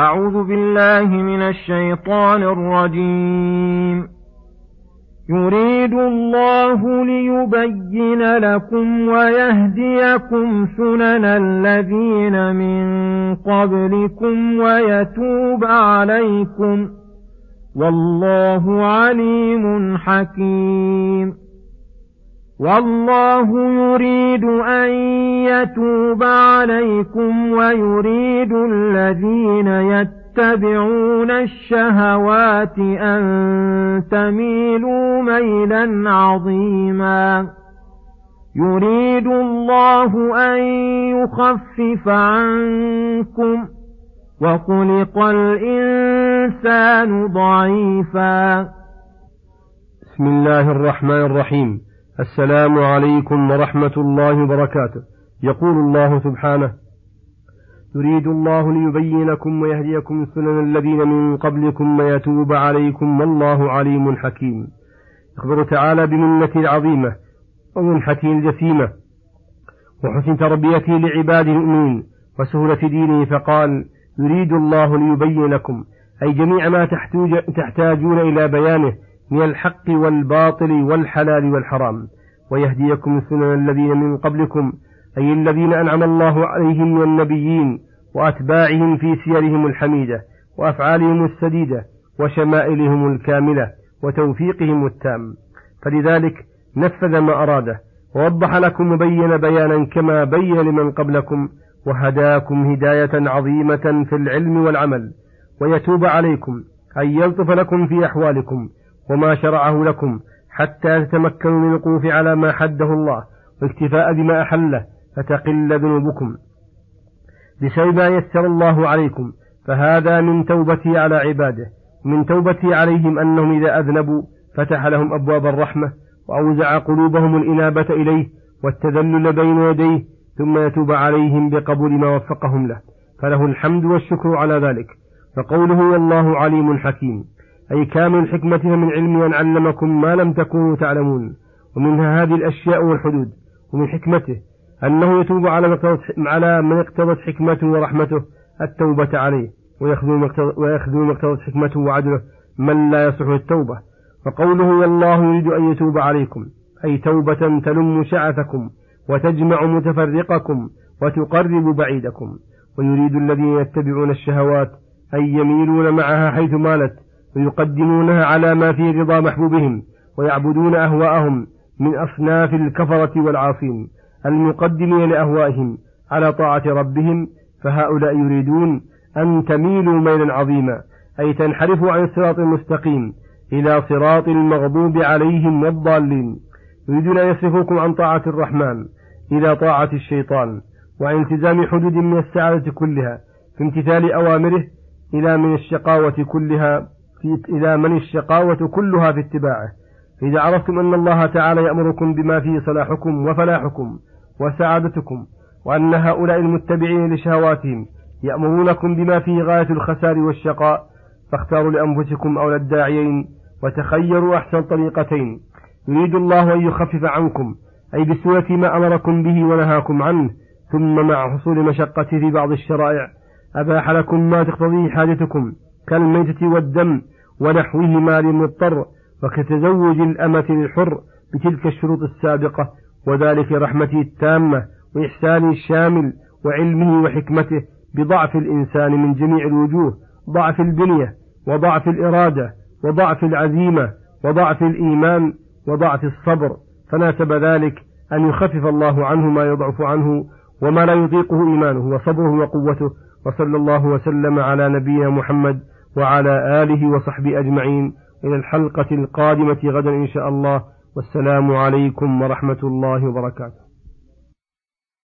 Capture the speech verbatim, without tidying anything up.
أعوذ بالله من الشيطان الرجيم. يريد الله ليبين لكم ويهديكم سنن الذين من قبلكم ويتوب عليكم، والله عليم حكيم. والله يريد أن يتوب عليكم ويريد الذين يتبعون الشهوات أن تميلوا ميلا عظيما. يريد الله أن يخفف عنكم وخلق الإنسان ضعيفا. بسم الله الرحمن الرحيم. السلام عليكم ورحمة الله وبركاته. يقول الله سبحانه: يريد الله ليبين لكم ويهديكم سنن الذين من قبلكم ويتوب عليكم، والله عليم حكيم. يخبر تعالى بمنته العظيمة ومنحته الجسيمة وحسن تربيته لعباده المؤمنين وسهولة دينه، فقال: يريد الله ليبين لكم، أي جميع ما تحتاجون إلى بيانه من الحق والباطل والحلال والحرام، ويهديكم سنن الذين من قبلكم، أي الذين أنعم الله عليهم من النبيين وأتباعهم في سيرهم الحميدة وأفعالهم السديدة وشمائلهم الكاملة وتوفيقهم التام، فلذلك نفذ ما أراده ووضح لكم وبين بيانا كما بين لمن قبلكم، وهداكم هداية عظيمة في العلم والعمل، ويتوب عليكم، أي يلطف لكم في أحوالكم وما شرعه لكم حتى تتمكنوا من الوقوف على ما حده الله واكتفاء بما أحله، فتقل ذنوبكم بسبب ما يسر الله عليكم. فهذا من توبتي على عباده، من توبتي عليهم أنهم إذا أذنبوا فتح لهم أبواب الرحمة وأوزع قلوبهم الإنابة إليه والتذلل بين يديه، ثم يتوب عليهم بقبول ما وفقهم له، فله الحمد والشكر على ذلك. فقوله والله عليم حكيم، أي كامل الحكمة من علم أن علمكم ما لم تكونوا تعلمون، ومنها هذه الأشياء والحدود. ومن حكمته أنه يتوب على من اقتضت حكمته ورحمته التوبة عليه، ويأخذ من اقتضت حكمته وعدله من لا يصح التوبة. فقوله والله يريد أن يتوب عليكم، أي توبة تلم شعثكم وتجمع متفرقكم وتقرب بعيدكم. ويريد الذين يتبعون الشهوات أن يميلون معها حيث مالت، ويقدمونها على ما في رضا محبوبهم، ويعبدون أهواءهم من أصناف الكفرة والعاصين المقدمين لأهوائهم على طاعة ربهم. فهؤلاء يريدون أن تميلوا ميلا عظيما، أي تنحرفوا عن الصراط المستقيم إلى صراط المغضوب عليهم والضالين. يريدون أن يصرفوكم عن طاعة الرحمن إلى طاعة الشيطان، وعن التزام حدود من السعادة كلها في امتثال أوامره إلى من الشقاوة كلها في إلى من الشقاوة كلها في اتباعه. إذا عرفتم أن الله تعالى يأمركم بما فيه صلاحكم وفلاحكم وسعادتكم، وأن هؤلاء المتبعين لشهواتهم يأمرونكم بما فيه غاية الخسار والشقاء، فاختاروا لأنفسكم أولى الداعيين وتخيروا أحسن طريقتين. يريد الله أن يخفف عنكم، أي بسورة ما أمركم به ونهاكم عنه، ثم مع حصول مشقة في بعض الشرائع أباح لكم ما تقتضيه حاجتكم كالميتة والدم ونحوهما للمضطر، وكتزوج الأمة للحر بتلك الشروط السابقة، وذلك رحمته التامة وإحسانه الشامل وعلمه وحكمته بضعف الإنسان من جميع الوجوه، ضعف البنية وضعف الإرادة وضعف العزيمة وضعف الإيمان وضعف الصبر، فناسب ذلك أن يخفف الله عنه ما يضعف عنه وما لا يطيقه إيمانه وصبره وقوته. وصلى الله وسلم على نبينا محمد وعلى آله وصحبه أجمعين، إلى الحلقة القادمة غدا إن شاء الله، والسلام عليكم ورحمة الله وبركاته.